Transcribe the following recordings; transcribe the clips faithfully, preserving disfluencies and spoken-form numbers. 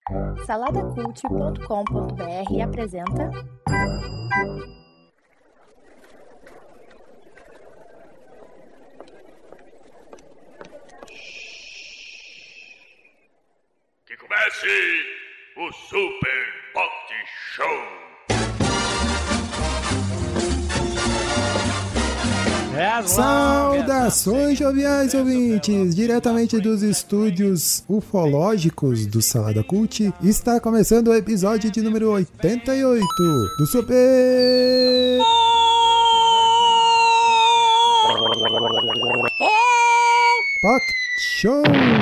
salada cult ponto com ponto b r apresenta Que comece o Super Pot Show! Saudações, joviais ouvintes! Diretamente dos estúdios ufológicos do Salada Cult, está começando o episódio de número oitenta e oito do Super Pot Show!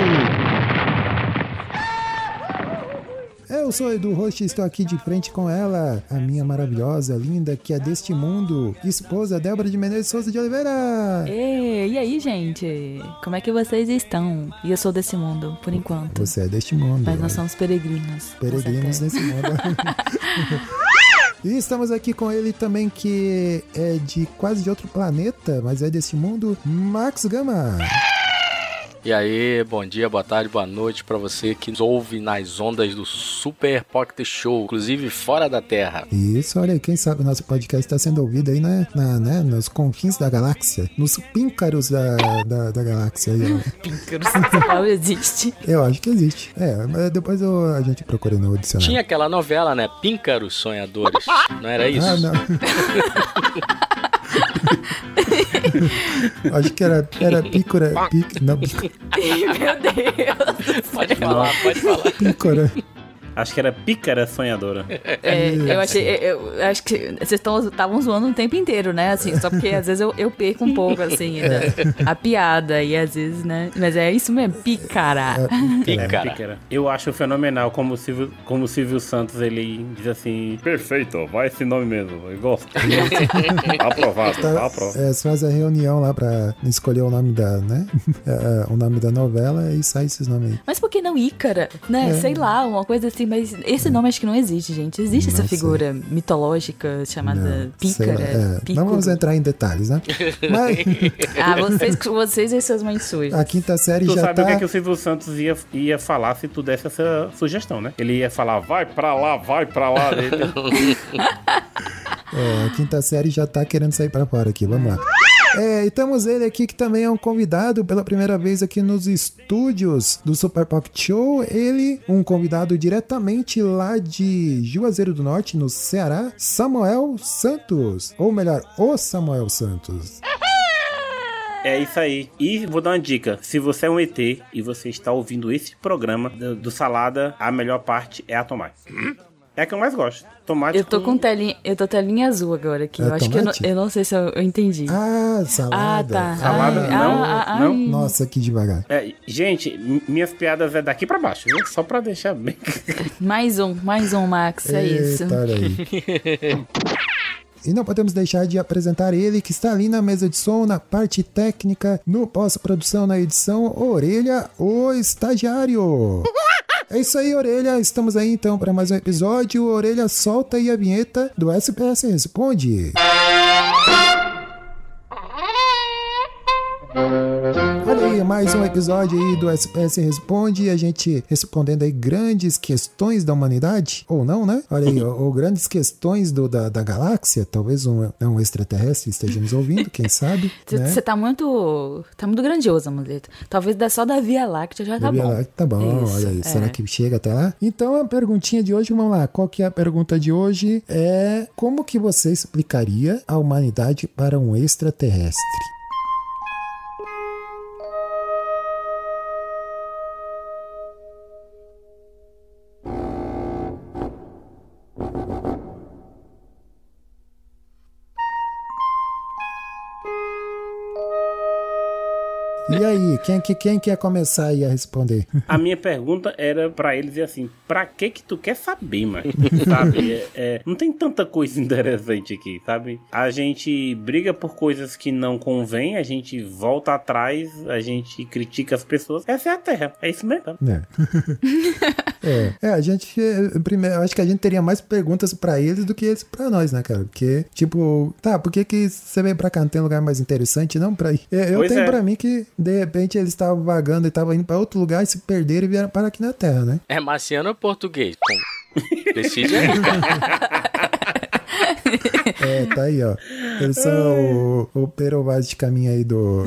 Eu sou Edu Rocha e estou aqui de frente com ela, a minha maravilhosa, linda, que é deste mundo, esposa Débora de Menezes Souza de Oliveira. Ei, e aí, gente? Como é que vocês estão? E eu sou desse mundo, por enquanto. Você é deste mundo. Mas nós somos peregrinos. Peregrinos nesse mundo. E estamos aqui com ele também, que é de quase de outro planeta, mas é desse mundo, Max Gama. E aí, bom dia, boa tarde, boa noite pra você que nos ouve nas ondas do Super Pocket Show, inclusive fora da Terra. Isso, olha aí, quem sabe o nosso podcast está sendo ouvido aí, né, na, né, nos confins da galáxia, nos píncaros da, da, da galáxia. Aí, píncaros, essa palavra existe? Eu acho que existe. É, mas depois eu, a gente procura no dicionário. Tinha aquela novela, né, Píncaros Sonhadores, não era isso? Ah, não. Acho que era, era pícora. Pic, não. Meu Deus. Pode falar, pode falar. Pícora. Acho que era Pícara Sonhadora. É, eu achei, eu, eu acho que vocês estavam zoando o tempo inteiro, né? Assim, só porque às vezes eu, eu perco um pouco, assim, é. a, a piada, e às vezes, né? Mas é isso mesmo, pícara. É, pícara. É, pícara. Eu acho fenomenal como o Silvio, como o Silvio Santos, ele diz assim: perfeito, vai esse nome mesmo, eu gosto. Aprovado, tá, aprovado. É, você faz a reunião lá pra escolher o nome da, né? É, o nome da novela e sai esses nomes aí. Mas por que não Ícara? Né? É. Sei lá, uma coisa assim. Mas esse nome acho que não existe, gente. Existe não essa figura sei. mitológica chamada não, Pícara. É. Não vamos entrar em detalhes, né? Mas... ah, vocês, vocês e suas mães sujas. A quinta série tu já tá... Tu sabe o que, é que o Silvio Santos ia, ia falar se tu desse essa sugestão, né? Ele ia falar, vai pra lá, vai pra lá. É, a quinta série já tá querendo sair pra fora aqui, vamos lá. É, e temos ele aqui que também é um convidado pela primeira vez aqui nos estúdios do Super Pocket Show. Ele, um convidado diretamente lá de Juazeiro do Norte, no Ceará, Samuel Santos. Ou melhor, o Samuel Santos. É isso aí. E vou dar uma dica. Se você é um E T e você está ouvindo esse programa do, do Salada, a melhor parte é a tomate. Hum? É a que eu mais gosto. Tomate eu tô com... com telinha, eu tô telinha azul agora aqui. É eu acho tomate? que eu não, eu não sei se eu, eu entendi. Ah, salada. Ah, tá. Salada, ai, não, ai, não. Ai. Nossa, que devagar. É, gente, m- minhas piadas é daqui pra baixo, viu? Só pra deixar bem. Mais um, mais um, Max, é Eita, isso. Olha aí. E não podemos deixar de apresentar ele, que está ali na mesa de som, na parte técnica, no pós-produção, na edição, Orelha, o estagiário. É isso aí, Orelha. Estamos aí então para mais um episódio. Orelha, solta aí a vinheta do S P S Responde. Olha aí, mais um episódio aí do S P S Responde, a gente respondendo aí grandes questões da humanidade, ou não, né? Olha aí, ou, ou grandes questões do, da, da galáxia, talvez um, um extraterrestre esteja nos ouvindo, quem sabe, Você né? tá muito, tá muito grandioso, amuleto. Talvez da só da Via Láctea já tá Via bom. Láctea, tá bom, Isso, olha aí, é. será que chega até lá? Então a perguntinha de hoje, vamos lá, qual que é a pergunta de hoje? É, como que você explicaria a humanidade para um extraterrestre? E aí, quem, quem quer começar aí a responder? A minha pergunta era pra eles assim, pra que que tu quer saber, mano? Sabe? É, é, não tem tanta coisa interessante aqui, sabe? A gente briga por coisas que não convém, a gente volta atrás, a gente critica as pessoas. Essa é a Terra, é isso mesmo. Tá? É. é. É, a gente, primeiro, eu acho que a gente teria mais perguntas pra eles do que eles pra nós, né, cara? Porque, tipo, tá, por que que você veio pra cá? Não tem lugar mais interessante, não? Pra ir? Eu Pois tenho é. pra mim que de repente eles estavam vagando e estavam indo pra outro lugar e se perderam e vieram parar aqui na Terra, né? É marciano ou português? Decide aí, cara. É, tá aí, ó. Eles são o, o Perovaz de caminho aí do...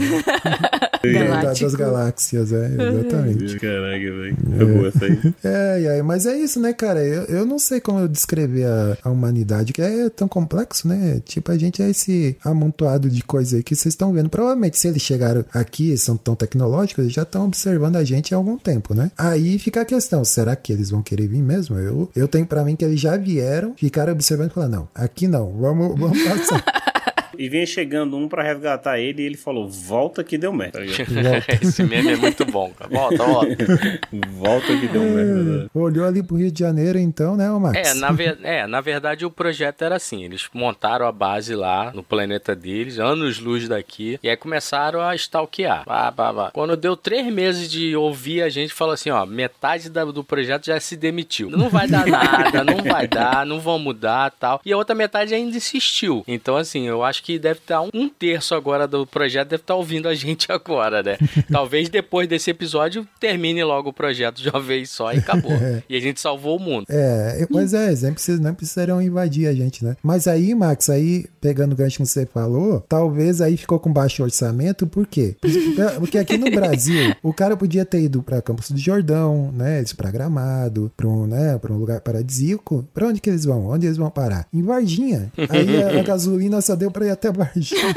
da, das galáxias, é, exatamente. Caraca, velho. É boa essa aí. É, é, mas é isso, né, cara? Eu, eu não sei como eu descrever a, a humanidade, que é tão complexo, né? Tipo, a gente é esse amontoado de coisa aí que vocês estão vendo. Provavelmente, se eles chegaram aqui e são tão tecnológicos, eles já estão observando a gente há algum tempo, né? Aí fica a questão, será que eles vão querer vir mesmo? Eu, eu tenho pra mim que eles já vieram, ficaram observando e falaram, não, aqui não, vamos, vamos passar. E vinha chegando um pra resgatar ele e ele falou, volta que deu merda. Esse meme é muito bom, cara. Volta, volta. Volta que deu merda. É, olhou ali pro Rio de Janeiro então, né, ô Max? É na, ver... é, na verdade o projeto era assim, eles montaram a base lá no planeta deles, anos-luz daqui, e aí começaram a stalkear. Bah, bah, bah. Quando deu três meses de ouvir, a gente falou assim, ó, metade da, do projeto já se demitiu. Não vai dar nada, não vai dar, não vão mudar, tal. E a outra metade ainda insistiu. Então, assim, eu acho que deve estar um, um terço agora do projeto, deve estar ouvindo a gente agora, né? Talvez depois desse episódio termine logo o projeto de uma vez só e acabou. E a gente salvou o mundo. É, pois é, eles nem, precis, nem precisariam invadir a gente, né? Mas aí, Max, aí, pegando o gancho que você falou, talvez aí ficou com baixo orçamento, por quê? Porque aqui no Brasil, o cara podia ter ido pra Campos do Jordão, né? Pra Gramado, pra um, né? Pra um lugar paradisíaco. Pra onde que eles vão? Onde eles vão parar? Em Varginha. Aí a, a gasolina só deu pra ir até Varginha.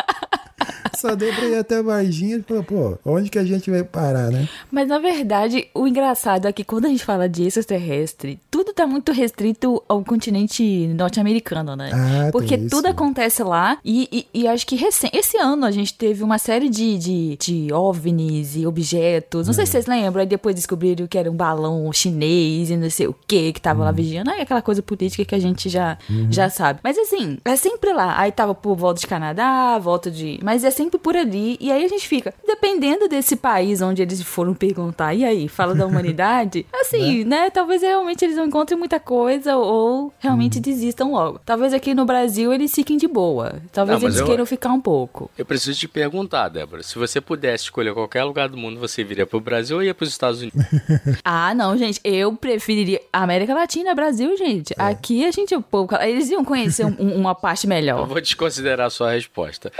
Só deu pra ir até Varginha e falou, pô, onde que a gente vai parar, né? Mas, na verdade, o engraçado é que quando a gente fala de extraterrestre, tudo tá muito restrito ao continente norte-americano, né? Ah, porque tem isso. tudo acontece lá e, e, e acho que recém, esse ano a gente teve uma série de, de, de OVNIs e objetos. Não é. sei se vocês lembram, aí depois descobriram que era um balão chinês e não sei o que que tava hum. lá vigiando. Aí aquela coisa política que a gente já, uhum. já sabe. Mas assim, é sempre lá. Aí tava por volta de Canadá, volta de... Mas é sempre por ali, e aí a gente fica, dependendo desse país onde eles foram perguntar, e aí, fala da humanidade, assim, né, talvez realmente eles não encontrem muita coisa, ou realmente hum. desistam logo. Talvez aqui no Brasil eles fiquem de boa, talvez não, eles eu, queiram ficar um pouco. Eu preciso te perguntar, Débora, se você pudesse escolher qualquer lugar do mundo, você viria pro Brasil ou ia pros Estados Unidos? Ah, não, gente, eu preferiria América Latina, Brasil, gente. É. Aqui a gente, pô, eles iam conhecer um, uma parte melhor. Eu vou desconsiderar a sua resposta.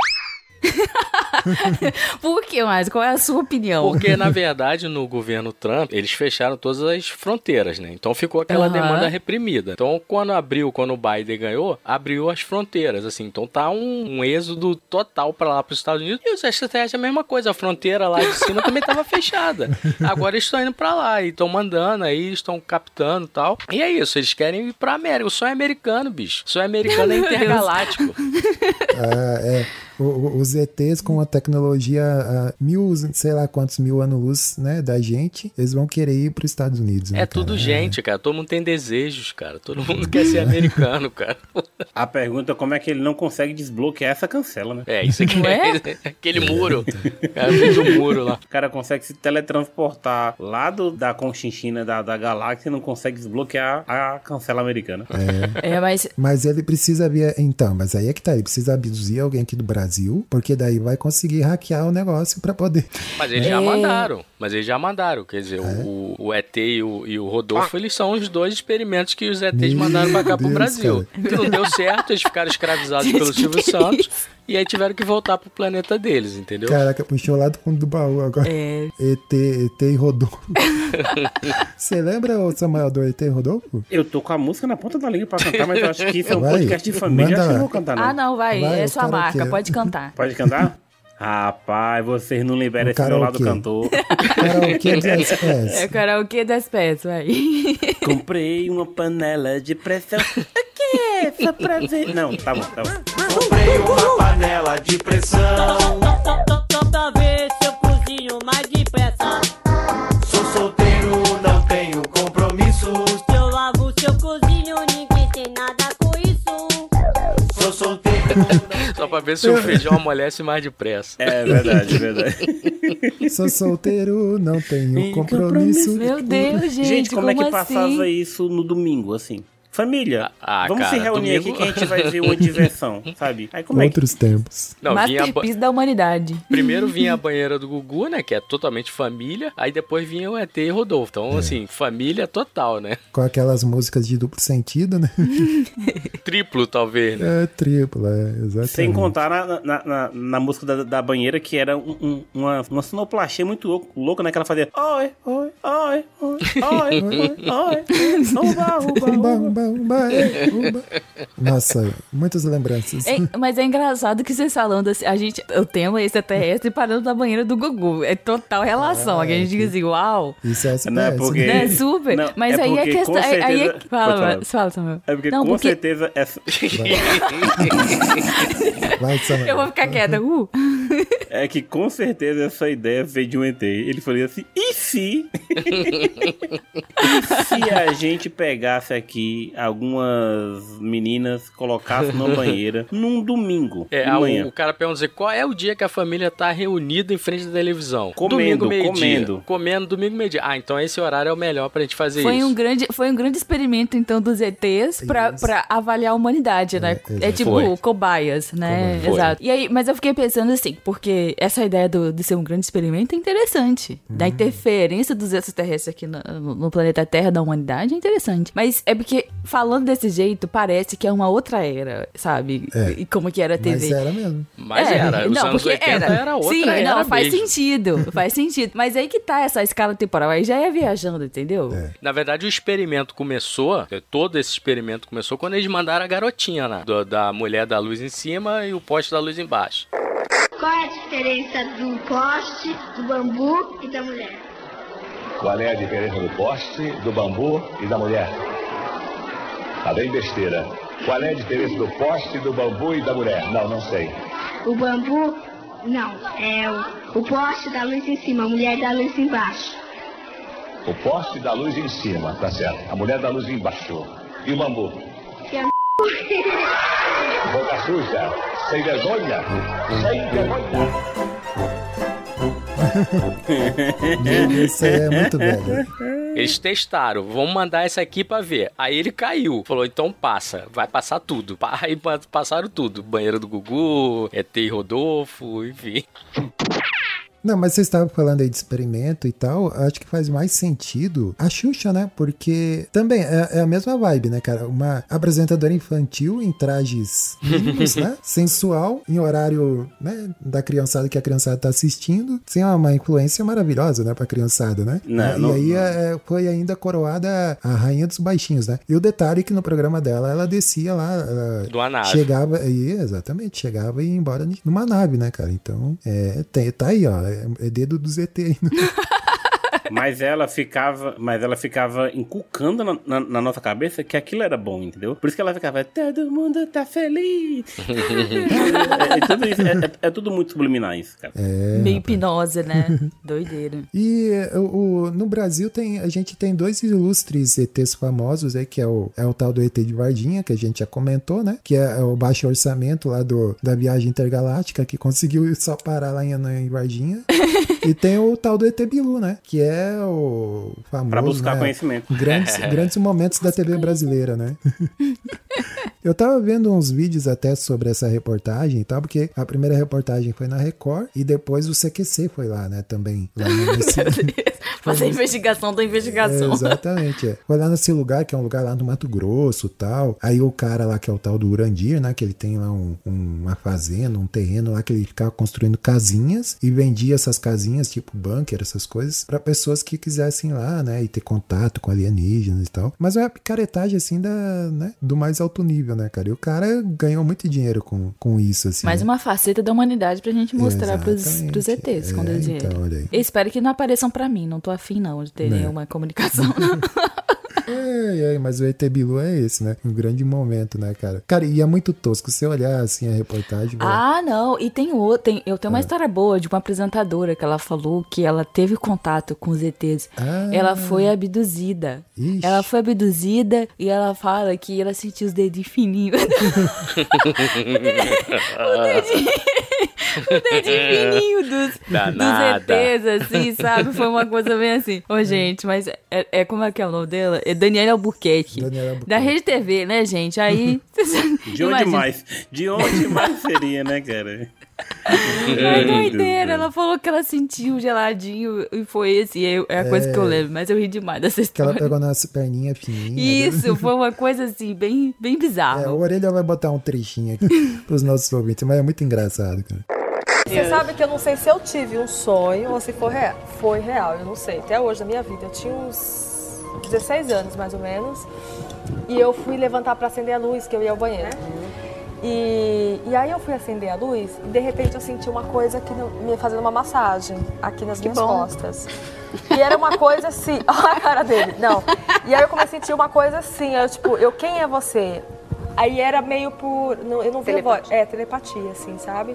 Por que mais? Qual é a sua opinião? Porque, na verdade, no governo Trump, eles fecharam todas as fronteiras, né? Então ficou aquela uhum. demanda reprimida. Então, quando abriu, quando o Biden ganhou, abriu as fronteiras, assim. Então tá um, um êxodo total pra lá, pros Estados Unidos. E os extraterrestres é a mesma coisa. A fronteira lá de cima também tava fechada. Agora eles estão indo pra lá e estão mandando aí, estão captando e tal. E é isso, eles querem ir pra América. O sonho é americano, bicho. O sonho americano é intergaláctico. Ah, é... Os E Tês com a tecnologia a mil, sei lá quantos mil anos-luz, né, da gente, eles vão querer ir para os Estados Unidos. Né, é tudo cara? gente, cara. Todo mundo tem desejos, cara. Todo mundo quer ser americano, cara. A pergunta é como é que ele não consegue desbloquear essa cancela, né? É, isso aqui é aquele muro. O cara fez um muro lá. O cara consegue se teletransportar lá do, da conchinchina da, da galáxia e não consegue desbloquear a cancela americana. É, é mas... mas ele precisa vir... Então, mas aí é que tá. Ele precisa abduzir alguém aqui do Brasil, porque daí vai conseguir hackear o negócio pra poder... Mas eles é. já mandaram, mas eles já mandaram, quer dizer, é. o, o E T e o, e o Rodolfo, eles são os dois experimentos que os E Tês Meu mandaram pra cá Deus, pro Brasil. Cara. Não deu certo, eles ficaram escravizados pelo Silvio Santos, e aí tiveram que voltar pro planeta deles, entendeu? Caraca, puxou lá do fundo do baú agora. É. E T, E T e Rodolfo. Você lembra, Samuel, do E T e Rodolfo? Eu tô com a música na ponta da língua pra cantar, mas eu acho que isso é um vai, podcast de família, acho que não vou cantar, não. Ah, não, vai, vai é sua marca, pode cantar. Pode cantar? Rapaz, vocês não liberam esse meu lado cantor. Karaokê das pés. É karaokê das pés, vai. Comprei uma panela de pressão. O quê? Só pra ver. Não, tá bom, tá bom. Comprei uma panela de pressão. Só pra ver se eu cozinho mais depressa. Sou solteiro, não tenho compromissos. Se eu lavo, se eu cozinho, ninguém tem nada com isso. Sou solteiro. Só pra ver se o feijão amolece mais depressa. É verdade, é verdade. Sou solteiro, não tenho compromisso. Meu Deus, gente. Gente, como, como é que assim? passava isso no domingo, assim? família, Ah, vamos cara, se reunir domingo- aqui que a gente vai ver uma diversão, sabe? Aí como é que... Outros tempos. Não, vinha a ba- Masterpiece da humanidade. Primeiro vinha a banheira do Gugu, né? Que é totalmente família. Aí depois vinha o E T e Rodolfo. Então, assim, família total, né? Com aquelas músicas de duplo sentido, né? Triplo, talvez, né? É tripla, é, exatamente. Sem contar na, na, na, na música da, da banheira, que era um, um, uma, uma sonoplastia muito louca, louca, né? Que ela fazia oi, oi, oi, oi, oi, oi, oi, uba, uba, Umba, uba. umba, umba, é, umba. Nossa, muitas lembranças. É, mas é engraçado que vocês falando assim, a gente, o tema é extraterrestre parando na banheira do Gugu. É total relação. Ah, Aqui a gente que- diz assim, uau. Isso é S P S, Não, é porque- né? Né? Super. Não, mas é aí é porque, questão. com Aí é, certeza- fala, Pode falar. mas- fala, Samuel. É porque Não, com porque certeza essa... Vai, Samuel. eu vou ficar quieta. Uh. É que com certeza essa ideia veio de um E T. Ele falou assim, e se... e se a gente pegasse aqui algumas meninas, colocasse numa banheira num domingo É, de a- manhã? o cara pergunta assim, qual é o dia que a família tá reunida em frente da televisão? Comendo, domingo, meio-dia. comendo. Comendo, domingo, meio-dia. Ah, então esse horário é o melhor pra gente fazer Foi isso. um, grande, foi um grande experimento, então, dos E Tês pra, Isso. pra avaliar a humanidade, né? É, É, exato. tipo Foi. cobaias, né? Foi. Exato. E aí, mas eu fiquei pensando assim, porque essa ideia do, de ser um grande experimento é interessante. Da Uhum. interferência dos extraterrestres aqui no, no- no planeta Terra, da humanidade, é interessante. Mas é porque, falando desse jeito, parece que é uma outra era, sabe? É. E como que era a T V. Mas era mesmo. Mas É, era, os não, anos porque oitenta era, outra Sim, era não, faz mesmo. sentido, faz sentido. Mas aí que tá essa escala temporal, aí já é viajando, entendeu? É. Na verdade, o experimento começou, todo esse experimento começou quando eles mandaram a garotinha, né? Do- da mulher da luz em cima e o poste da luz embaixo. Qual é a diferença do poste, do bambu e da mulher? Qual é a diferença do poste, do bambu e da mulher? Tá bem besteira. Qual é a diferença do poste, do bambu e da mulher? Não, não sei. O bambu, não, é o, o poste da luz em cima, a mulher da luz embaixo. O poste da luz em cima, tá certo. A mulher da luz embaixo. E o bambu? Que é Boca suja. Sem vergonha. Sem vergonha. Isso aí é muito velho. Eles testaram, vamos mandar esse aqui pra ver. Aí ele caiu, falou, então passa, vai passar tudo. Pa- Aí pa- passaram tudo, banheiro do Gugu, E T e Rodolfo, enfim. Não, mas vocês estavam falando aí de experimento e tal, acho que faz mais sentido a Xuxa, né? Porque também é, é a mesma vibe, né, cara? Uma apresentadora infantil em trajes mínimos, né? Sensual, em horário, né, da criançada que a criançada tá assistindo. Sem uma, uma influência maravilhosa, né, pra criançada, né? Não, e não- aí é, foi ainda coroada a rainha dos baixinhos, né? E o detalhe é que no programa dela, ela descia lá, ela De uma nave. chegava, aí, exatamente, chegava e ia embora numa nave, né, cara? Então, é, tem, tá aí, ó, é, é dedo do Z T ainda. Mas ela ficava, mas ela ficava inculcando na, na- na nossa cabeça que aquilo era bom, entendeu? Por isso que ela ficava, todo mundo tá feliz. é, é tudo isso, é, é- é tudo muito subliminar isso, cara. Meio hipnose, né? Doideira. E é, o, o- no Brasil tem, a gente tem dois ilustres E Tês famosos aí, que é o, é o tal do E T de Varginha, que a gente já comentou, né? Que é, é o baixo orçamento lá do, da viagem intergaláctica, que conseguiu só parar lá em, em Varginha. E tem o tal do E T Bilu, né? Que é o famoso, Pra buscar né? conhecimento. Grandes, grandes momentos da T V brasileira, né? Eu tava vendo uns vídeos até sobre essa reportagem e tal, porque a primeira reportagem foi na Record e depois o C Q C foi lá, né? Também. Lá no, nesse, Fazer a investigação da investigação. é, exatamente, é. Foi lá nesse lugar, que é um lugar lá no Mato Grosso e tal. Aí o cara lá, que é o tal do Urandir, né? Que ele tem lá um, um- uma fazenda, um terreno lá, que ele ficava construindo casinhas e vendia essas casinhas, tipo bunker, essas coisas, pra pessoas que quisessem lá, né? E ter contato com alienígenas e tal. Mas é uma picaretagem, assim, da, né, do mais alto nível, né, cara? E o cara ganhou muito dinheiro com, com isso, assim. Mais né? uma faceta da humanidade pra gente mostrar pros, Exatamente. pros E Tês com É, o dinheiro. então, olha aí. Eu espero que não apareçam pra mim, não tô afim não de ter Né. nenhuma comunicação. É, é, mas o E T Bilu é esse, né? Um grande momento, né, cara? Cara, e é muito tosco. Se você olhar, assim, a reportagem... vai- Ah, não, e tem outro, tem, eu tenho uma história boa de uma apresentadora que ela falou que ela teve contato com os E Tês. Ah. Ela foi abduzida. Ixi. Ela foi abduzida e ela fala que ela sentiu os dedinhos fininhos. o dedinho. o dedinho fininho dos, dos E Tês, assim, sabe? Foi uma coisa bem assim. Ô, gente, mas é, é como é que é o nome dela? É Daniela Albuquerque. Daniela Albuquerque. Da Rede T V, né, gente? Aí... De onde mais? De onde mais seria, né, cara? É doideira, ela falou que ela sentiu um geladinho e foi esse, é a coisa É. que eu lembro, mas eu ri demais dessa Que história. ela pegou nas perninhas fininhas. Isso, foi uma coisa assim, bem, bem bizarra. É, o Orelha vai botar um trechinho aqui pros nossos ouvintes, mas é muito engraçado, cara. Você sabe que eu não sei se eu tive um sonho ou se foi real. Foi real, eu não sei. Até hoje na minha vida. Eu tinha uns dezesseis anos, mais ou menos. E eu fui levantar pra acender a luz, que eu ia ao banheiro. E, e aí eu fui acender a luz e de repente eu senti uma coisa aqui no, me fazendo uma massagem aqui nas minhas bom. costas. E era uma coisa assim, olha a cara dele, não. E aí eu comecei a sentir uma coisa assim, eu tipo, eu, quem é você? Aí era meio por, não, eu não vi a voz, é telepatia assim, sabe?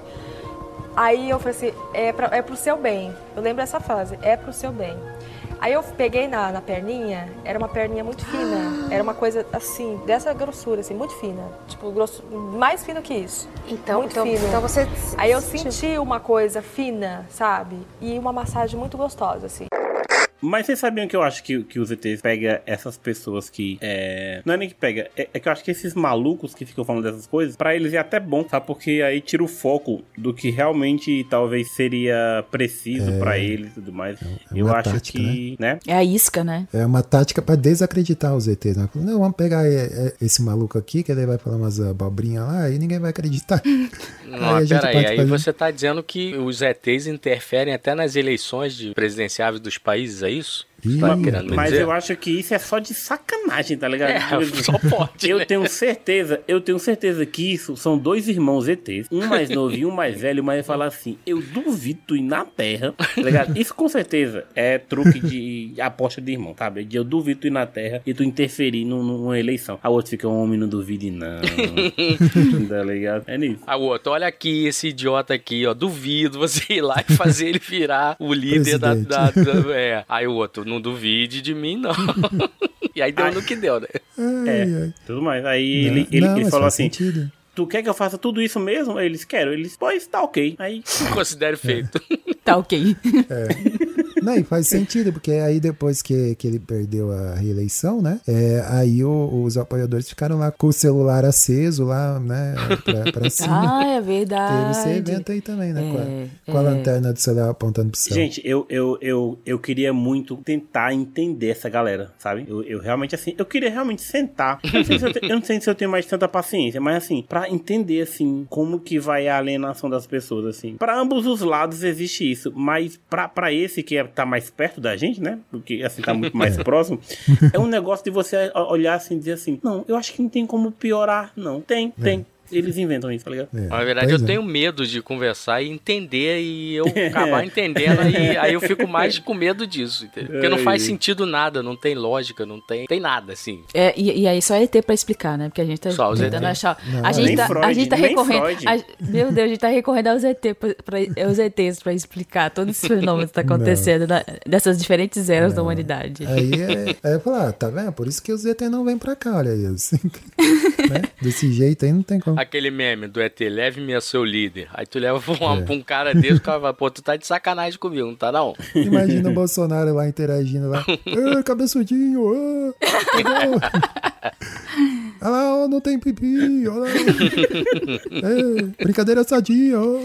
Aí eu falei assim, é, pra, é pro seu bem. Eu lembro essa frase, é pro seu bem. Aí eu peguei na, na perninha, era uma perninha muito fina. Era uma coisa assim, dessa grossura, assim, muito fina. Tipo, grosso, mais fino que isso. Então, muito então, fino. então você... Aí eu senti uma coisa fina, sabe? E uma massagem muito gostosa, assim. Mas vocês sabiam que eu acho que, que os E Tês pega essas pessoas que... É... Não é nem que pega, é, é que eu acho que esses malucos que ficam falando dessas coisas, pra eles é até bom, sabe? Porque aí tira o foco do que realmente talvez seria preciso É. pra eles e tudo mais. É eu uma acho tática, que... né? É a isca, né? É uma tática pra desacreditar os E Tês. Né? Não, vamos pegar é, é, esse maluco aqui, que ele vai falar umas abobrinhas lá, e ninguém vai acreditar. Não, a gente peraí, pode aí fazer- você tá dizendo que os E Tês interferem até nas eleições de presidenciáveis dos países, é isso? Você tá Ih, querendo me Mas dizer? eu acho que isso é só de sacanagem, tá ligado? É, Porque só pode, Eu né? tenho certeza, eu tenho certeza que isso são dois irmãos E Tês, um mais novo e um mais velho, mas ele fala assim, eu duvido tu ir na Terra, tá ligado? Isso com certeza é truque de aposta de irmão, sabe? De eu duvido tu ir na Terra e tu interferir num- numa eleição. A outra fica, homem, não duvide não, tá ligado? É nisso. A outra, olha aqui, esse idiota aqui, ó, duvido você ir lá e fazer ele virar o líder da, da, da- É. Aí o outro, não duvide de mim, não. E aí deu Ai. no que deu, né? Ai, É, ai. tudo mais. Aí Não, ele, ele, não, ele mas falou faz assim, sentido. tu quer que eu faça tudo isso mesmo? Aí eles, quero. Eles, pois, tá ok. Aí, Considere feito. Tá ok. Não, e faz sentido, porque aí depois que, que ele perdeu a reeleição, né? É, aí o- os apoiadores ficaram lá com o celular aceso lá, né? Pra, pra cima. Ah, é verdade. Teve esse evento aí também, né? com a, É, com a é. lanterna do celular apontando pro céu. gente, eu, eu, eu, eu queria muito tentar entender essa galera, sabe? Eu, eu realmente, assim, eu queria realmente sentar. Eu não, sei se eu, te- eu não sei se eu tenho mais tanta paciência, mas assim, pra entender, assim, como que vai a alienação das pessoas, assim. Pra ambos os lados existe isso, mas pra, pra esse que é, tá mais perto da gente, né? Porque, assim, tá muito mais próximo, é um negócio de você olhar assim e dizer assim, não, eu acho que não tem como piorar, não. Tem, tem. Eles inventam isso, tá ligado? É, Na verdade, pois eu é. tenho medo de conversar e entender e eu acabar entendendo e aí eu fico mais com medo disso, entendeu? Porque não faz sentido nada, não tem lógica, não tem, tem nada, assim. É, e, e aí só E T pra explicar, né? Porque a gente tá Só os tentando E T. achar. Não, a gente nem tá, a Freud, gente tá nem recorrendo. Freud. a- meu Deus, a gente tá recorrendo aos E T pra, pra, aos E Tês pra explicar todos esses fenômenos que tá acontecendo na- dessas diferentes eras da humanidade. Aí é, aí eu falo, ah, tá vendo? Por isso que os E T não vêm pra cá, olha aí. Assim, né? Desse jeito aí não tem como. Aquele meme do E T, leve-me a seu líder. Aí tu leva pra, uma, pra um cara desse, o cara vai, pô, tu tá de sacanagem comigo, não tá não? Imagina o Bolsonaro lá interagindo lá. Ê, cabeçudinho! Ô, tá olha lá, ó, não tem pipi! Olha lá. É, brincadeira sadia! Ó.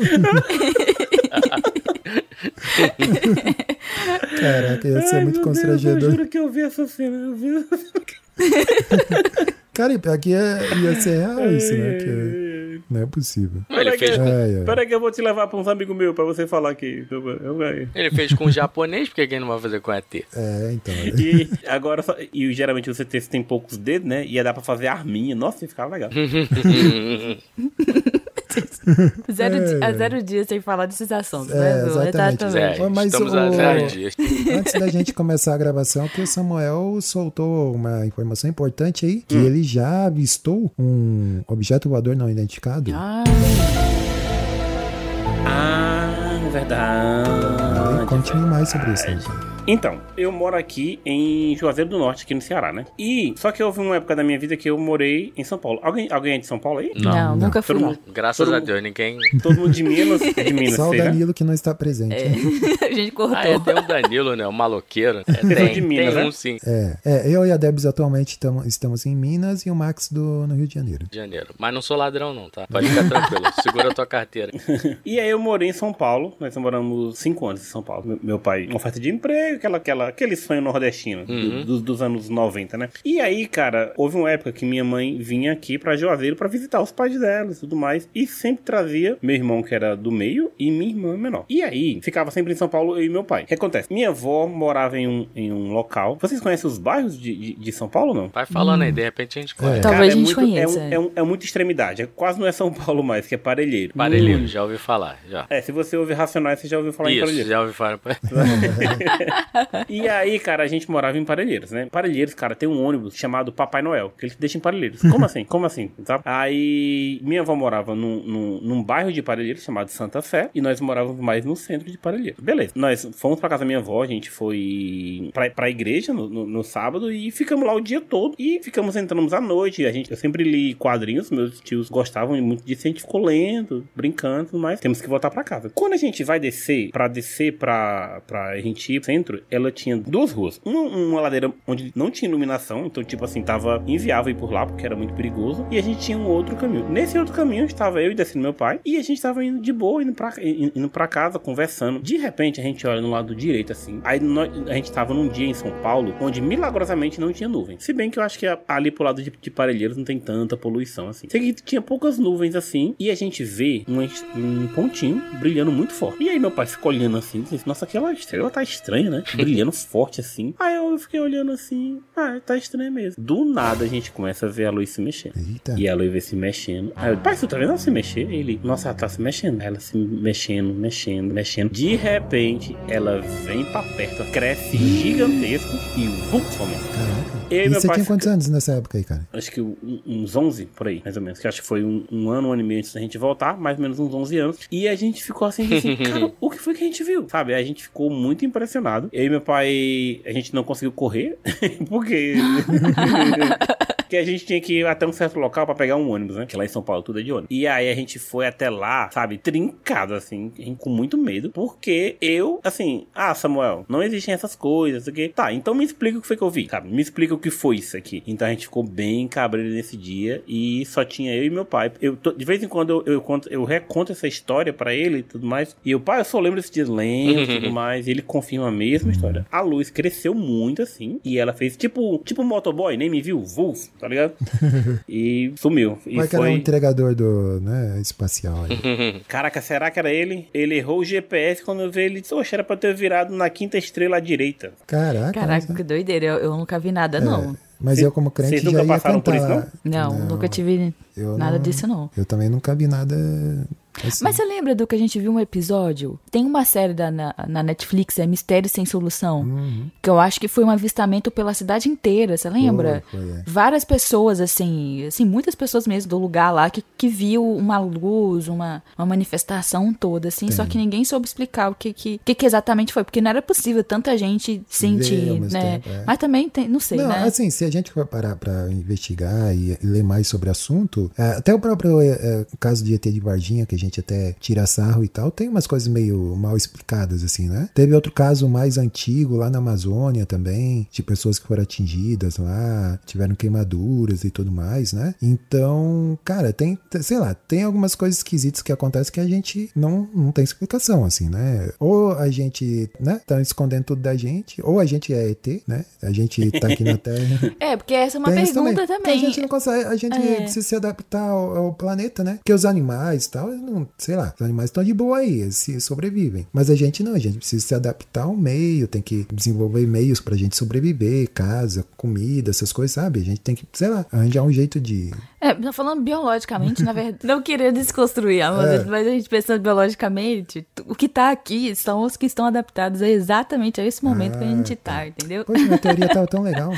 Caraca, ia ser Ai, muito meu Deus, constrangedor. eu juro que eu vi essa cena, eu vi essa cena. Cara, e aqui é, ia ser real isso, né? Que não é possível. Ele fez, com, Ai, ai. Pera que eu vou te levar pra uns amigos meus pra você falar aqui. ele fez com o japonês, porque quem não vai fazer com E T? É, então. E agora, só- e geralmente os E Tês têm poucos dedos, né? Ia dar pra fazer arminha. Nossa, ia ficar legal. Zero, É, di- há é. zero dias sem falar desses assuntos, É, né? Du? exatamente. É, Mas estamos o- a zero dias. Antes da gente começar a gravação, que o Samuel soltou uma informação importante aí, Hum. que ele já avistou um objeto voador não identificado. Ah, Ah, verdade. Continue mais sobre isso. Aí. Então, eu moro aqui em Juazeiro do Norte, aqui no Ceará, né? E só que houve uma época da minha vida que eu morei em São Paulo. Alguém, alguém é de São Paulo aí? Não, não nunca fui. Mundo, Graças a Deus, ninguém... Todo mundo de Minas, de Minas. Só o seja. Danilo que não está presente. É. A gente cortou. Ah, é, tem o Danilo, né? O maloqueiro. É, tem, de Minas, tem né? um sim. É, é, eu e a Debs atualmente tamo, estamos em Minas e o Max do, no Rio de Janeiro. De Janeiro. Mas não sou ladrão não, tá? Pode ficar tranquilo. Segura a tua carteira. E aí eu morei em São Paulo. Nós moramos cinco anos em São Paulo. Meu, meu pai, uma oferta de emprego, aquela, aquela, aquele sonho nordestino Uhum. do, do, dos anos noventa, né? E aí, cara, houve uma época que minha mãe vinha aqui pra Juazeiro pra visitar os pais dela e tudo mais. E sempre trazia meu irmão, que era do meio, e minha irmã menor. E aí, ficava sempre em São Paulo, eu e meu pai. O que acontece? Minha avó morava em um, em um local. Vocês conhecem os bairros de, de, de São Paulo, não? Vai falando hum. aí, de repente a gente conhece. É. Talvez Cara, a gente é muito, conheça. É, um, é, um, é muita extremidade. É, quase não é São Paulo mais, que é Parelheiro. Parelheiro, Hum. já ouvi falar, já. É, se você ouvir Racionais, você já ouviu falar Isso, em Parelheiro. já ouvi falar. E aí, cara, a gente morava em Parelheiros, né? Parelheiros, cara, tem um ônibus chamado Papai Noel, que ele te deixa em Parelheiros. Como assim? Como assim? Tá? Aí, minha avó morava num, num, num bairro de Parelheiros chamado Santa Fé, e nós morávamos mais no centro de Parelheiros. Beleza. Nós fomos pra casa da minha avó, a gente foi pra, pra igreja no, no, no sábado e ficamos lá o dia todo. E ficamos, entramos à noite. A gente, eu sempre li quadrinhos, meus tios gostavam muito disso, a gente ficou lendo, brincando, mas temos que voltar pra casa. Quando a gente vai descer, pra descer pra, pra a gente ir pro centro, ela tinha duas ruas. Uma, uma ladeira onde não tinha iluminação, então, tipo assim, tava inviável ir por lá, porque era muito perigoso. E a gente tinha um outro caminho. Nesse outro caminho, estava eu e descendo meu pai, e a gente tava indo de boa, indo pra, indo pra casa, conversando. De repente, a gente olha no lado direito, assim. Aí nós, a gente tava num dia em São Paulo, onde milagrosamente não tinha nuvem. Se bem que eu acho que ali pro lado de, de Parelheiros não tem tanta poluição, assim. Sei que tinha poucas nuvens, assim, e a gente vê um, um pontinho brilhando muito forte. E aí meu pai ficou olhando assim, disse, nossa, aquela estrela tá estranha, né? Brilhando forte, assim. Aí eu fiquei olhando assim, ah, tá estranho mesmo. Do nada a gente começa a ver a luz se mexendo. Eita. E a luz vê se mexendo. Aí eu, pai, você tá vendo ela se mexer? Ele, nossa, ela tá se mexendo. Ela se mexendo, mexendo, mexendo. De repente, ela vem pra perto, cresce gigantesco e vum, some. Caraca. Eu e E meu você pai tinha quantos fica- anos nessa época aí, cara? Acho que um- uns onze, por aí, mais ou menos. Que acho que foi um, um ano, um ano e meio antes da gente voltar, mais ou menos uns onze anos. E a gente ficou assim, assim, cara, o que foi que a gente viu? Sabe? A gente ficou muito impressionado. Eu e meu pai, a gente não conseguiu correr, porque... Porque a gente tinha que ir até um certo local pra pegar um ônibus, né? Que lá em São Paulo tudo é de ônibus. E aí a gente foi até lá, sabe? Trincado, assim, a gente com muito medo. Porque eu, assim, ah, Samuel, não existem essas coisas, isso aqui. Tá, então me explica o que foi que eu vi, sabe? Me explica o que foi isso aqui. Então a gente ficou bem cabreiro nesse dia e só tinha eu e meu pai. Eu, tô- de vez em quando eu, eu, conto, eu reconto essa história pra ele e tudo mais. E o pai, eu só lembro desse dia, lembro e tudo mais. E ele confirma a mesma história. A luz cresceu muito, assim, e ela fez tipo, tipo um motoboy, nem me viu, Wolf, tá ligado? E sumiu. E Vai que era um foi... entregador do, né, espacial aí. Caraca, será que era ele? Ele errou o G P S quando eu vi ele disse, oxe, era pra ter virado na quinta estrela à direita. Caraca. Caraca, que doideira. Eu, eu nunca vi nada, não. Mas Cê- eu, como crente, vocês já nunca ia passaram por cantar. isso, Não, Não, nunca tive eu nada não- disso, não. Eu também nunca vi nada assim. Mas você lembra do que a gente viu um episódio? Tem uma série da, na, na Netflix, é Mistério Sem Solução, Uhum. que eu acho que foi um avistamento pela cidade inteira, você lembra? Foi, foi, é. Várias pessoas, assim, assim, muitas pessoas mesmo do lugar lá que, que viu uma luz, uma, uma manifestação toda, assim, só que ninguém soube explicar o que, que, que, que exatamente foi, porque não era possível tanta gente sentir, ao mesmo né? tempo, é. Mas também, tem, não sei, Não, né? assim, se a gente for parar pra investigar e, e ler mais sobre o assunto, é, até o próprio é, é, caso de E T de Varginha, que a gente até tira sarro e tal, tem umas coisas meio mal explicadas, assim, né? Teve outro caso mais antigo lá na Amazônia também, de pessoas que foram atingidas lá, tiveram queimaduras e tudo mais, né? Então, cara, tem, t- sei lá, tem algumas coisas esquisitas que acontecem que a gente não, não tem explicação, assim, né? Ou a gente, né, tá escondendo tudo da gente, ou a gente é E T, né? A gente tá aqui na Terra. É, porque essa é uma Tem isso pergunta Então também. a gente não consegue, a gente É. precisa se adaptar ao, ao planeta, né? Porque os animais e tal, não, sei lá, os animais estão de boa aí, eles se sobrevivem. Mas a gente não, a gente precisa se adaptar ao meio, tem que desenvolver meios pra gente sobreviver, casa, comida, essas coisas, sabe? A gente tem que, sei lá, arranjar um jeito de... É, não, falando biologicamente, na verdade, não querer desconstruir, amor, É. mas a gente pensando biologicamente, t- o que tá aqui são os que estão adaptados a exatamente a esse momento que a gente tá, entendeu? Poxa, minha teoria tava tão legal.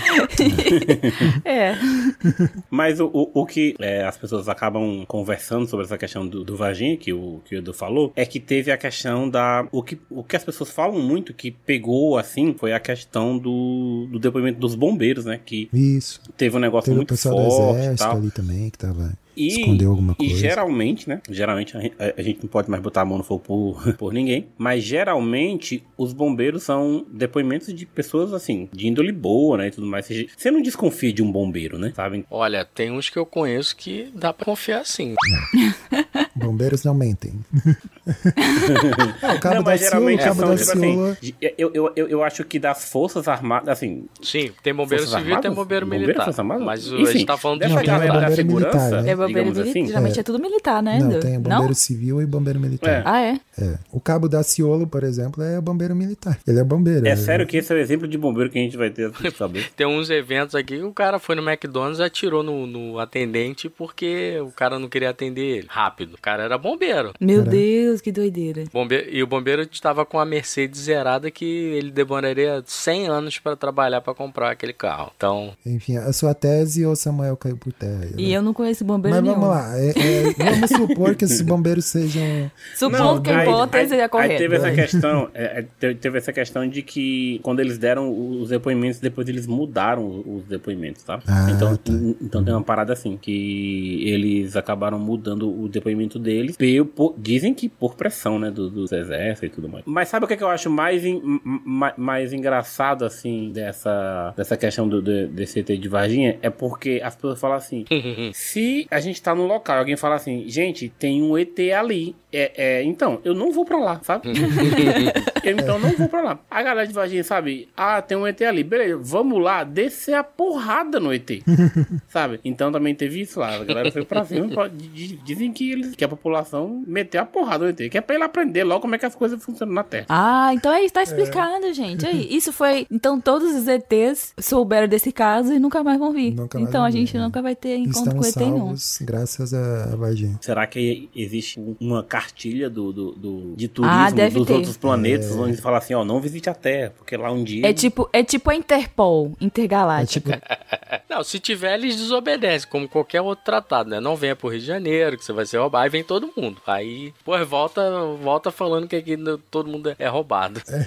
É. Mas o, o, o que é, as pessoas acabam conversando sobre essa questão do, do Varginha Varginha, que o, que o Edu falou, é que teve a questão da... O que, o que as pessoas falam muito, que pegou, assim, foi a questão do, do depoimento dos bombeiros, né? Que Isso. teve um negócio teve muito o pessoal forte do exército e tal. ali também, que tava... E, escondeu alguma coisa. E geralmente, né? Geralmente a, a gente não pode mais botar a mão no fogo por, por ninguém. Mas geralmente os bombeiros são depoimentos de pessoas assim, de índole boa, né? E tudo mais. Você, você não desconfia de um bombeiro, né? Sabe? Olha, tem uns que eu conheço que dá pra confiar sim. Bombeiros não mentem. É, o cabo não, da Ciolo, o cabo são, da tipo Ciolo... assim, eu, eu, eu, eu acho que das Forças Armadas, assim... Sim, tem bombeiro Forças civil e tem Armadas? bombeiro Bombeiro, militar. Forças Armadas? Mas Enfim, a gente tá falando dessa de galera da bombeiro segurança, militar, né? É bombeiro digamos militar, assim. geralmente é. é tudo militar, né? Não, Edu? tem bombeiro Não? civil e bombeiro militar. É. Ah, é? É. O cabo da Ciolo, por exemplo, é bombeiro militar. Ele é bombeiro. É né? sério que esse é o exemplo de bombeiro que a gente vai ter, saber. Tem uns eventos aqui que o cara foi no McDonald's e atirou no, no atendente porque o cara não queria atender ele rápido. O cara era bombeiro. Meu Caramba. Deus, que doideira. Bombeiro, e o bombeiro estava com a Mercedes zerada que ele demoraria cem anos para trabalhar para comprar aquele carro. Então... Enfim, a sua tese ou Samuel caiu por terra. E né? eu não conheço bombeiro Mas nenhum. vamos lá. É, é, vamos supor que esses bombeiros sejam... Supondo que a hipótese é correta. Aí teve essa questão, é, teve essa questão de que quando eles deram os depoimentos, depois eles mudaram os depoimentos, tá? Ah, então, tá. então tem uma parada assim, que eles acabaram mudando o depoimento deles, por, por, dizem que por pressão, né, do, do exército e tudo mais. Mas sabe o que, é que eu acho mais, in, mais, mais engraçado, assim, dessa, dessa questão do, do, desse E T de Varginha? É porque as pessoas falam assim, se a gente tá no local, alguém fala assim, gente, tem um E T ali, é, é, então, eu não vou pra lá, sabe? eu, então, não vou pra lá. A galera de Varginha, sabe? Ah, tem um E T ali, beleza, vamos lá, descer a porrada no E T, sabe? Então, também teve isso lá, a galera foi pra cima, dizem que, eles, que a população meteu a porrada no E T, que é pra ele aprender logo como é que as coisas funcionam na Terra. Ah, então é isso, tá explicado, é. gente. Aí, isso foi, então todos os E Tês souberam desse caso e nunca mais vão vir. Nunca então a gente vir, nunca vai ter encontro com o E T, não. Graças a Varginha. Será que existe uma cartilha do, do, do, de turismo ah, deve dos ter. outros planetas, é. onde fala assim, ó, não visite a Terra, porque lá um dia... É tipo, é tipo a Interpol, Intergaláctica. É tipo... Não, se tiver, eles desobedecem, como qualquer outro tratado, né? Não venha pro Rio de Janeiro, que você vai ser roubado, aí vem todo mundo. Aí, pô, volta, volta falando que aqui todo mundo é roubado. É.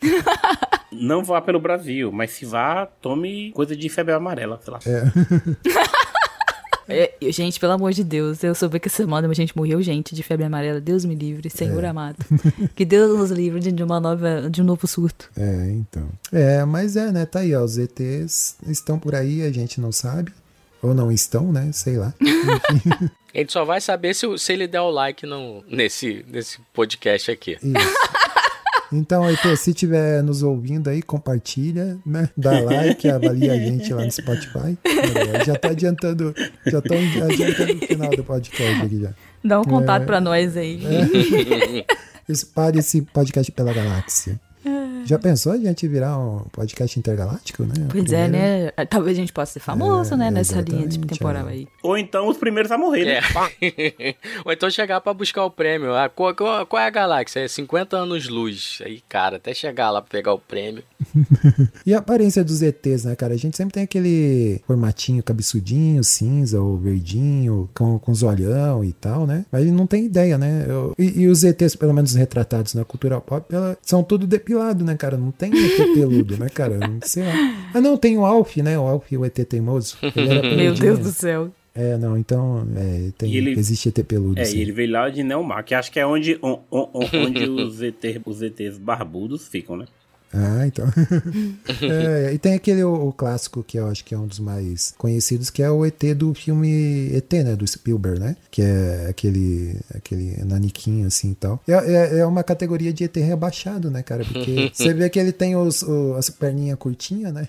Não vá pelo Brasil, mas se vá, tome coisa de febre amarela, sei lá. É. É, gente, pelo amor de Deus, eu soube que essa semana a gente morreu, gente, de febre amarela. Deus me livre, Senhor é. amado. Que Deus nos livre de uma nova, de um novo surto. É, então. É, mas é, né? Tá aí, ó. Os E Tês estão por aí, a gente não sabe. Ou não estão, né? Sei lá. Enfim. A gente só vai saber se, se ele der o like no, nesse, nesse podcast aqui. Isso. Então, E T, se estiver nos ouvindo aí, compartilha, né? Dá like, avalia a gente lá no Spotify. Já tô adiantando, já tô adiantando o final do podcast aqui já. Dá um contato é, pra nós aí. É. Espalhe esse podcast pela galáxia. Já pensou a gente virar um podcast intergaláctico, né? Pois Primeiro... é, né? Talvez a gente possa ser famoso, é, né? Nessa linha de temporal é. aí. Ou então os primeiros a morrer, né? É. Ou então chegar pra buscar o prêmio. Ah, qual, qual, qual é a galáxia? É cinquenta anos luz. Aí, cara, até chegar lá pra pegar o prêmio. E a aparência dos E Tês, né, cara? A gente sempre tem aquele formatinho cabeçudinho, cinza ou verdinho, com, com os olhão e tal, né? Mas não tem ideia, né? Eu, e, e os E Tês, pelo menos retratados na cultura pop, ela, são tudo depilado, né, cara? Não tem E T peludo, né, cara? Não sei lá. Ah, não, tem o Alf, né? O Alf, o E T teimoso. Ele era Meu Deus do céu. É, não, então é, tem, ele, existe E T peludo. É, sim. e ele veio lá de Neomar, que acho que é onde, on, on, onde os, E T, os E Tês barbudos ficam, né? Ah, então. é, e tem aquele o, o clássico que eu acho que é um dos mais conhecidos, que é o E T do filme E T, né? Do Spielberg, né? Que é aquele, aquele naniquinho assim e tal. É, é, é uma categoria de E T rebaixado, né, cara? Porque você vê que ele tem os, o, as perninhas curtinhas, né?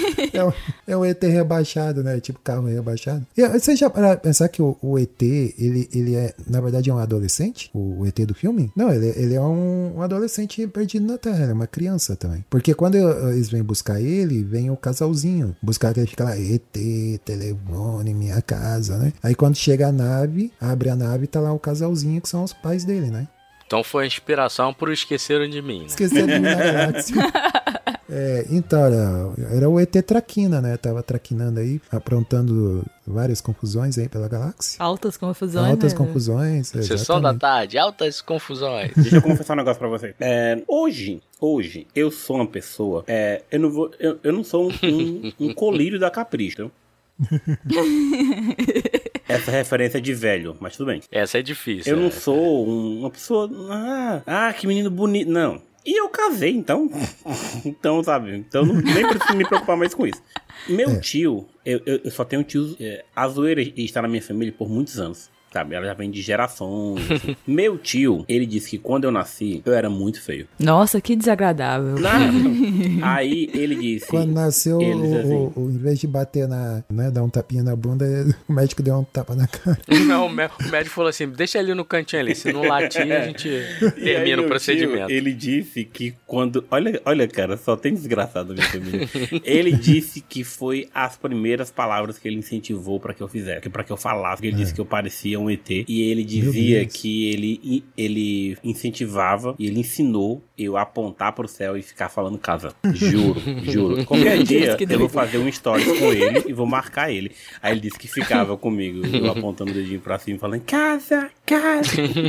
É o, é o E T rebaixado, né? Tipo carro rebaixado. E você já para pensar que o, o E T, ele, ele é, na verdade, é um adolescente? O, o E T do filme? Não, ele, ele é um, um adolescente perdido na Terra. Ele é uma criança também. Porque quando eles vêm buscar ele, vem o casalzinho. Buscar ele fica lá, E T, telefone, minha casa, né? Aí quando chega a nave, abre a nave e tá lá o casalzinho, que são os pais dele, né? Então foi a inspiração pro Esqueceram de Mim, né? Esqueceram de Mim na galáxia. É, então, era, era o E T Traquina, né? Tava traquinando aí, aprontando várias confusões aí pela galáxia. Altas confusões, Altas né? confusões, Sessão da tarde, altas confusões. Deixa eu confessar um negócio pra você. É, hoje, hoje, eu sou uma pessoa... É, eu, não vou, eu, eu não sou um, um, um colírio da Capricho. Essa referência é de velho, mas tudo bem. Essa é difícil. Eu é. não sou um, uma pessoa... Ah, ah, que menino bonito. Não. E eu casei, então... Então, sabe? Então, não, nem preciso me preocupar mais com isso. Meu é. tio... Eu, eu, eu só tenho tios... É, a zoeira está na minha família por muitos anos. Sabe, ela já vem de gerações. Assim. Meu tio, ele disse que quando eu nasci, eu era muito feio. Nossa, que desagradável. Não. Aí ele disse... Quando nasceu, ele o, assim, o, o, em vez de bater na... Né, dar um tapinha na bunda, o médico deu um tapa na cara. Não, o médico falou assim, deixa ele no cantinho ali. Se não latir, a gente termina o procedimento. Tio, ele disse que quando... Olha, olha, cara, só tem desgraçado minha família. Ele disse que foi as primeiras palavras que ele incentivou pra que eu fizesse. Pra que eu falasse. Ele é. disse que eu parecia um E T. E ele dizia que ele, ele incentivava e ele ensinou eu a apontar pro céu e ficar falando casa. Juro, juro. Qualquer dia eu vou fazer um stories com ele e vou marcar ele. Aí ele disse que ficava comigo, eu apontando o dedinho pra cima, falando casa, casa.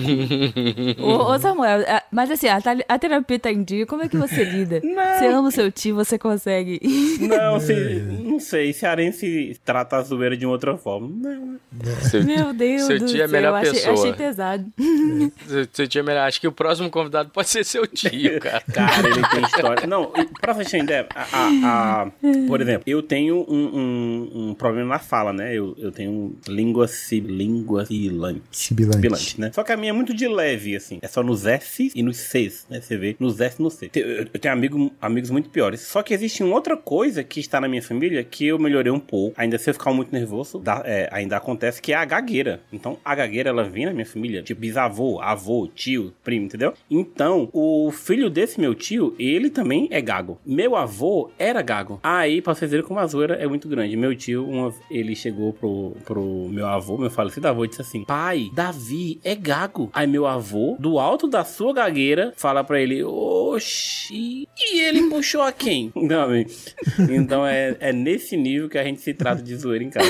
Ô, ô Samuel, mas assim, a, a terapia tá em dia, como é que você lida? Não. Você ama o seu tio, você consegue... Não, se, não sei, cearense trata a zoeira de uma outra forma. Não. Seu, Meu Deus seu do tio é a céu, melhor achei, pessoa. achei pesado. Seu, seu tio é melhor. Acho que o próximo convidado pode ser seu tio, cara. Cara, ele tem história. Não, pra você ter ideia, a, a, a, por exemplo, eu tenho um, um, um problema na fala, né? Eu, eu tenho língua, si, língua sibilante. Sibilante. Sibilante, né? Só que a minha é muito de leve, assim. É só nos S e nos Cs, né? Você vê nos S e nos C. Eu, eu tenho amigo, amigos muito piores. Só que existe uma outra coisa que está na minha família que eu melhorei um pouco. Ainda se eu ficar muito nervoso, dá, é, ainda acontece, que é a gagueira. Então, a gagueira, ela vem na minha família. Tipo, bisavô, avô, tio, primo, entendeu? Então, o filho desse meu tio, ele também é gago. Meu avô era gago. Aí, pra vocês verem como a zoeira é muito grande. Meu tio, uma, ele chegou pro, pro meu avô, meu falecido avô, e disse assim: pai, Davi é gago. Aí meu avô, do alto da sua gagueira, fala pra ele: oxi, e ele puxou a quem? Não, então é, é nesse nível que a gente se trata de zoeira em casa.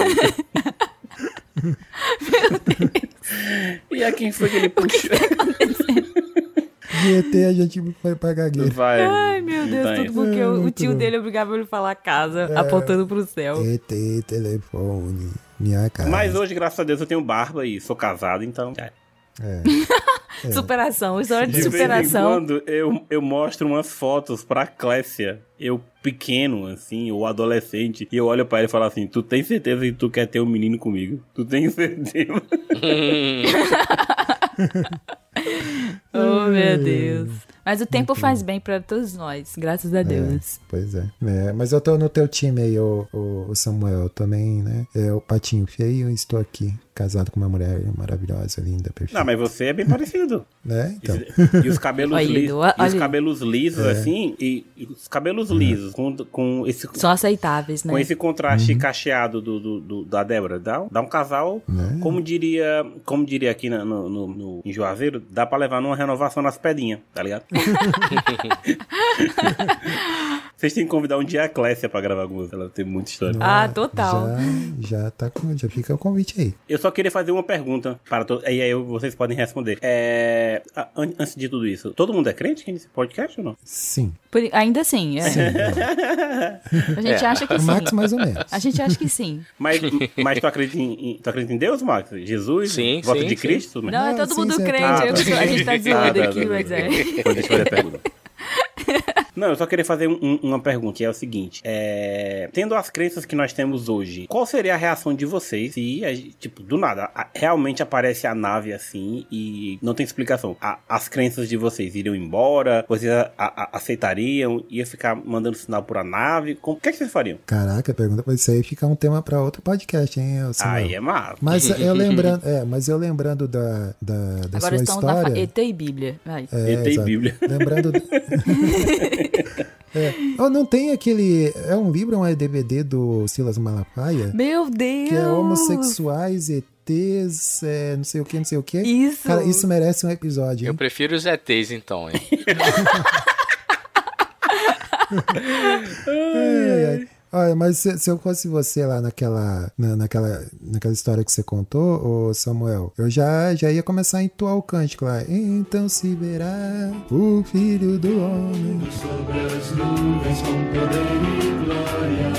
Meu Deus. E a quem foi que ele puxou? De E T a gente foi pra gagueira. Vai. Ai, meu Deus, Então, tudo porque é, o, o muito tio bom. dele obrigava ele a falar casa, É. apontando pro céu. E T, telefone, minha casa. Mas hoje, graças a Deus, eu tenho barba e sou casado, então... É. É. É. Superação, história de, De superação. vez em quando eu, eu mostro umas fotos pra Clécia, eu pequeno, assim, ou adolescente, e eu olho pra ela e falo assim: tu tem certeza que tu quer ter um menino comigo? Tu tem certeza? Oh, meu Deus. Mas o tempo faz bem pra todos nós, graças a Deus. É, pois é. é. Mas eu tô no teu time aí, o, o Samuel, também, né? É o patinho feio e estou aqui, casado com uma mulher maravilhosa, linda, perfeita. Não, mas você é bem parecido. Né? Então. E os cabelos Olha, lisos, olha. e os cabelos lisos, É. assim, e, e os cabelos lisos, com, com esse... São aceitáveis, né? Com esse contraste cacheado do, do, do- da Débora, dá, dá um casal, Né? como diria como diria aqui na- no, no, no- em Juazeiro, dá pra levar numa renovação nas pedinhas, tá ligado? Vocês têm que convidar um dia a Clécia pra gravar com você, ela tem muita história. Ah, total. Já, já tá com. Já fica o convite aí. Eu só queria fazer uma pergunta para todos, e aí eu- vocês podem responder. É, a- an- antes de tudo isso, todo mundo é crente nesse podcast ou não? Sim. Por- ainda assim, é. Sim. A gente É. acha que O sim. Max, mais ou menos. A gente acha que sim. Mas, mas tu, acredita em, em- tu acredita em Deus, Max? Jesus? Sim, Voto sim, de sim. Cristo? Não, é Não, todo sim, mundo sim, é crente. todo- eu que sou- a gente tá Ah, zoando tá, aqui, tá, mas é. Depois deixa eu fazer a pergunta. Não, eu só queria fazer um- um- uma pergunta, que é o seguinte. É, tendo as crenças que nós temos hoje, qual seria a reação de vocês se, a gente, tipo, do nada, a- realmente aparece a nave assim e não tem explicação? A- as crenças de vocês iriam embora? Vocês a- a- aceitariam? Ia ficar mandando sinal por a nave? Como- O que, é que vocês fariam? Caraca, pergunta pra isso aí ficar um tema pra outro podcast, hein, ô, Samuel? Aí é massa. Mas eu lembrando, é, mas eu lembrando da, da, da Agora sua estão na fa- história. E T e Bíblia. Vai. É, E T e exato. Bíblia. Lembrando. do- é. Oh, não tem aquele. É um livro, um D V D do Silas Malafaia, Meu Deus! que é homossexuais, E Tês, é, não sei o que, não sei o que. Isso. Cara, isso merece um episódio, Eu hein? prefiro os E Tês, então, hein? ai, ai. Olha, mas se, se eu fosse você lá naquela, na, naquela, naquela história que você contou, ô Samuel, eu já, já ia começar a entoar o cântico lá. Então se verá o Filho do Homem sobre as nuvens com poder e glória.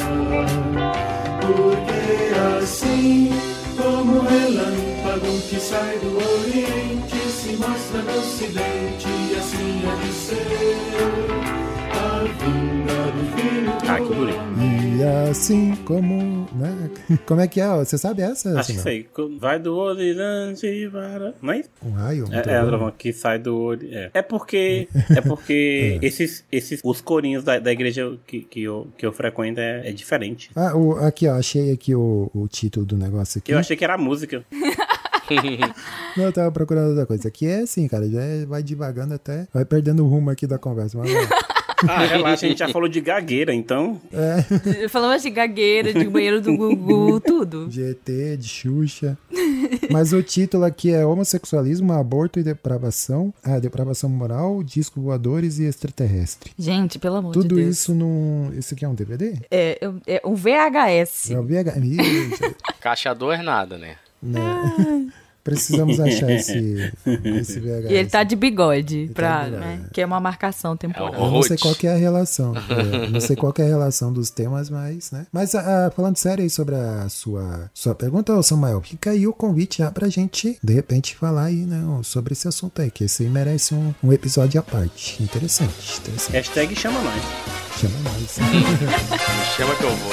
Porque assim como o relâmpago que sai do Oriente se mostra no Ocidente, e assim há de ser a vinda do Filho do Ah, que bonito. E assim como, né? Como é que é? Você sabe essa? Acho que sei. Vai do Ocidente para... Não é isso? Um raio? Um É, é a trovão que sai do olho. É, é porque, é porque É. esses, esses, os corinhos da, da igreja que, que, eu, que eu frequento é, é diferente. Ah, o, aqui, ó, achei aqui o, o título do negócio aqui. Eu achei que era a música. Não, eu tava procurando outra coisa. Aqui é assim, cara, já é- vai devagando até, vai perdendo o rumo aqui da conversa. Mas, ó, Ah, relaxa, a gente já falou de gagueira, então... é, Falamos de gagueira, de banheiro do Gugu, tudo. de E T, de Xuxa. Mas o título aqui é Homossexualismo, Aborto e Depravação. Ah, Depravação Moral, Disco Voadores e Extraterrestre. Gente, pelo amor de Tudo Deus. isso num... Isso aqui é um D V D? É, é um V H S. É um V H S. Ih, Caixa dois nada, né? né? Precisamos achar esse, esse V H S. E ele tá de bigode, pra, de bigode, né? Que é uma marcação temporal. Eu não sei qual que é a relação. É, não sei qual que é a relação dos temas, mas, né? Mas ah, falando sério aí sobre a sua, sua pergunta, ô Samuel, fica aí o convite já pra gente, de repente, falar aí, né, sobre esse assunto aí, que esse aí merece um, um episódio à parte. Interessante, interessante. Hashtag chama nós. Chama nós. Me chama que eu vou.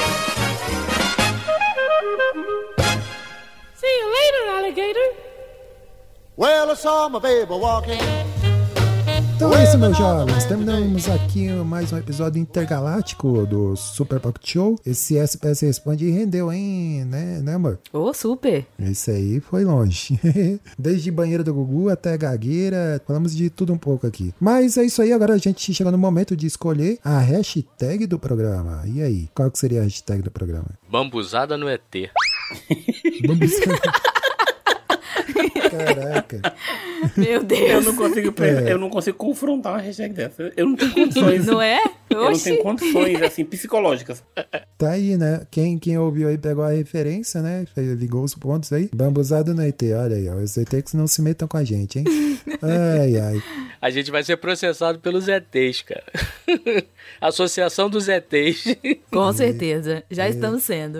See you later, alligator. Well, I saw my baby walking. Então é isso, meus jovens. Terminamos aqui mais um episódio intergaláctico do Super Pocket Show. Esse S P S Responde rendeu, hein? Né, né, amor? Ô, super. Esse aí foi longe. Desde banheiro do Gugu até gagueira. Falamos de tudo um pouco aqui. Mas é isso aí. Agora a gente chega no momento de escolher a hashtag do programa. E aí? Qual que seria a hashtag do programa? Bambuzada no E T. Caraca. Meu Deus. Eu não consigo, É. eu não consigo confrontar uma hashtag dessa. Eu não tenho condições. Não é? Eu não Oxi. tenho condições, assim, psicológicas. Tá aí, né? Quem, quem ouviu aí pegou a referência, né? Ligou os pontos aí. Bambuzado no E T. Olha aí, ó. Os E T que não se metam com a gente, hein? Ai, ai. A gente vai ser processado pelos E Tês, cara. Associação dos E Tês. Com certeza. Já estamos sendo.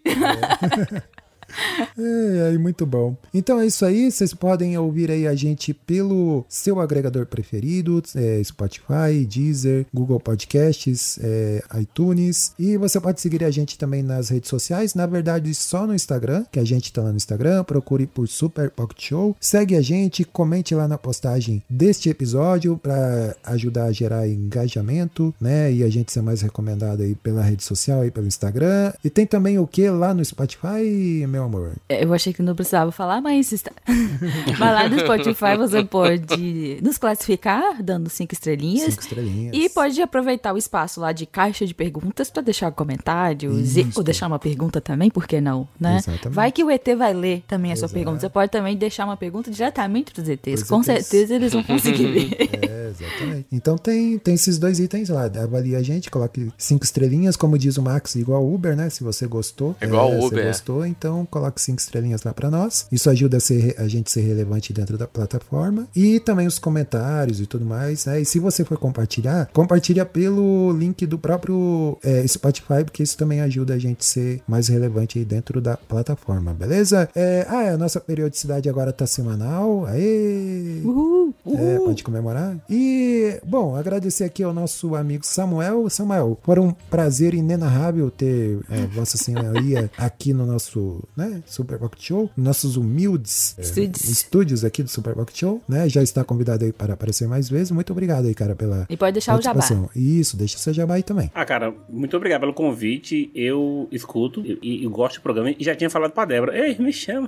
É, é, muito bom. Então é isso aí, vocês podem ouvir aí a gente pelo seu agregador preferido, é, Spotify, Deezer, Google Podcasts, é, iTunes, e você pode seguir a gente também nas redes sociais, na verdade só no Instagram, que a gente tá lá no Instagram, procure por Super Pocket Show, segue a gente, comente lá na postagem deste episódio para ajudar a gerar engajamento, né, e a gente ser mais recomendado aí pela rede social, aí pelo Instagram, e tem também o que lá no Spotify, meu amor? É, eu achei que não precisava falar, mas está... Vai lá no Spotify, você pode nos classificar, dando cinco estrelinhas. Cinco estrelinhas. E pode aproveitar o espaço lá de caixa de perguntas para deixar comentários. E, ou deixar uma pergunta também, por que não? Né? Exatamente. Vai que o E T vai ler também a sua Exato. pergunta. Você pode também deixar uma pergunta diretamente dos E Tês. Pros Com E Tês. certeza eles vão conseguir ver. É, exatamente. Então tem, tem esses dois itens lá. Avalie a gente, coloque cinco estrelinhas, como diz o Max, igual o Uber, né? Se você gostou. É igual é, o Uber, Se é. gostou, então coloque cinco estrelinhas lá pra nós. Isso ajuda a, ser, a gente ser relevante dentro da plataforma. E também os comentários e tudo mais, né? E se você for compartilhar, compartilha pelo link do próprio é, Spotify, porque isso também ajuda a gente a ser mais relevante aí dentro da plataforma, beleza? É, ah, a nossa periodicidade agora tá semanal. Aê! Uhul, É, uhul. pode comemorar. E, bom, agradecer aqui ao nosso amigo Samuel. Samuel, foi um prazer inenarrável ter é, Vossa Senhoria aqui no nosso, né, Super Pocket Show, nossos humildes é, Estúdios. estúdios aqui do Super Pocket Show, né? Já está convidado aí para aparecer mais vezes. Muito obrigado aí, cara, pela E pode deixar o jabá. participação. Isso, deixa seu jabá aí também. Ah, cara, muito obrigado pelo convite. Eu escuto e, e- e gosto do programa. E já tinha falado pra Débora. Ei, me chama.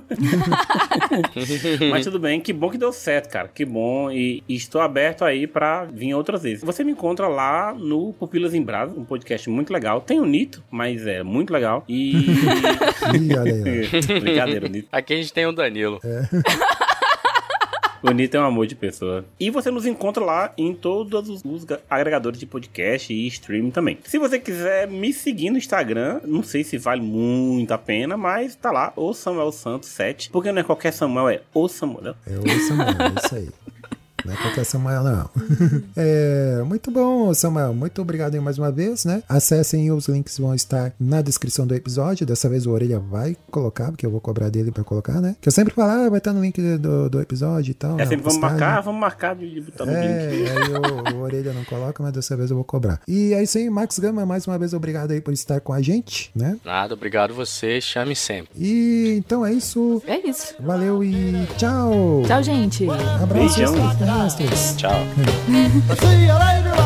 Mas tudo bem. Que bom que deu certo, cara. Que bom. E, e estou aberto aí pra vir outras vezes. Você me encontra lá no Pupilas em Brasa, um podcast muito legal. Tem o Nito, mas é muito legal. E... Ih, olha aí, ó. Brincadeira, Nito. Aqui a gente tem o Danilo. O Nito é um amor de pessoa. E você nos encontra lá em todos os, os agregadores de podcast e streaming também. Se você quiser me seguir no Instagram, não sei se vale muito a pena, mas tá lá, o Samuel Santos sete. Porque não é qualquer Samuel, é o Samuel. É o Samuel, é isso aí. Não é qualquer Samuel, não. É, muito bom, Samuel. Muito obrigado aí mais uma vez, né? Acessem, os links vão estar na descrição do episódio. Dessa vez o Orelha vai colocar, porque eu vou cobrar dele pra colocar, né? Que eu sempre falo, ah, vai estar no link do, do episódio e tal. É sempre, vamos marcar, vamos marcar de botar no é, link. Aí o, o Orelha não coloca, mas dessa vez eu vou cobrar. E é isso aí, Max Gama, mais uma vez obrigado aí por estar com a gente, né? Nada, obrigado você, chame sempre. E então é isso. É isso. Valeu e tchau. Tchau, gente. Abraço. Beijão. Tchau. See you later.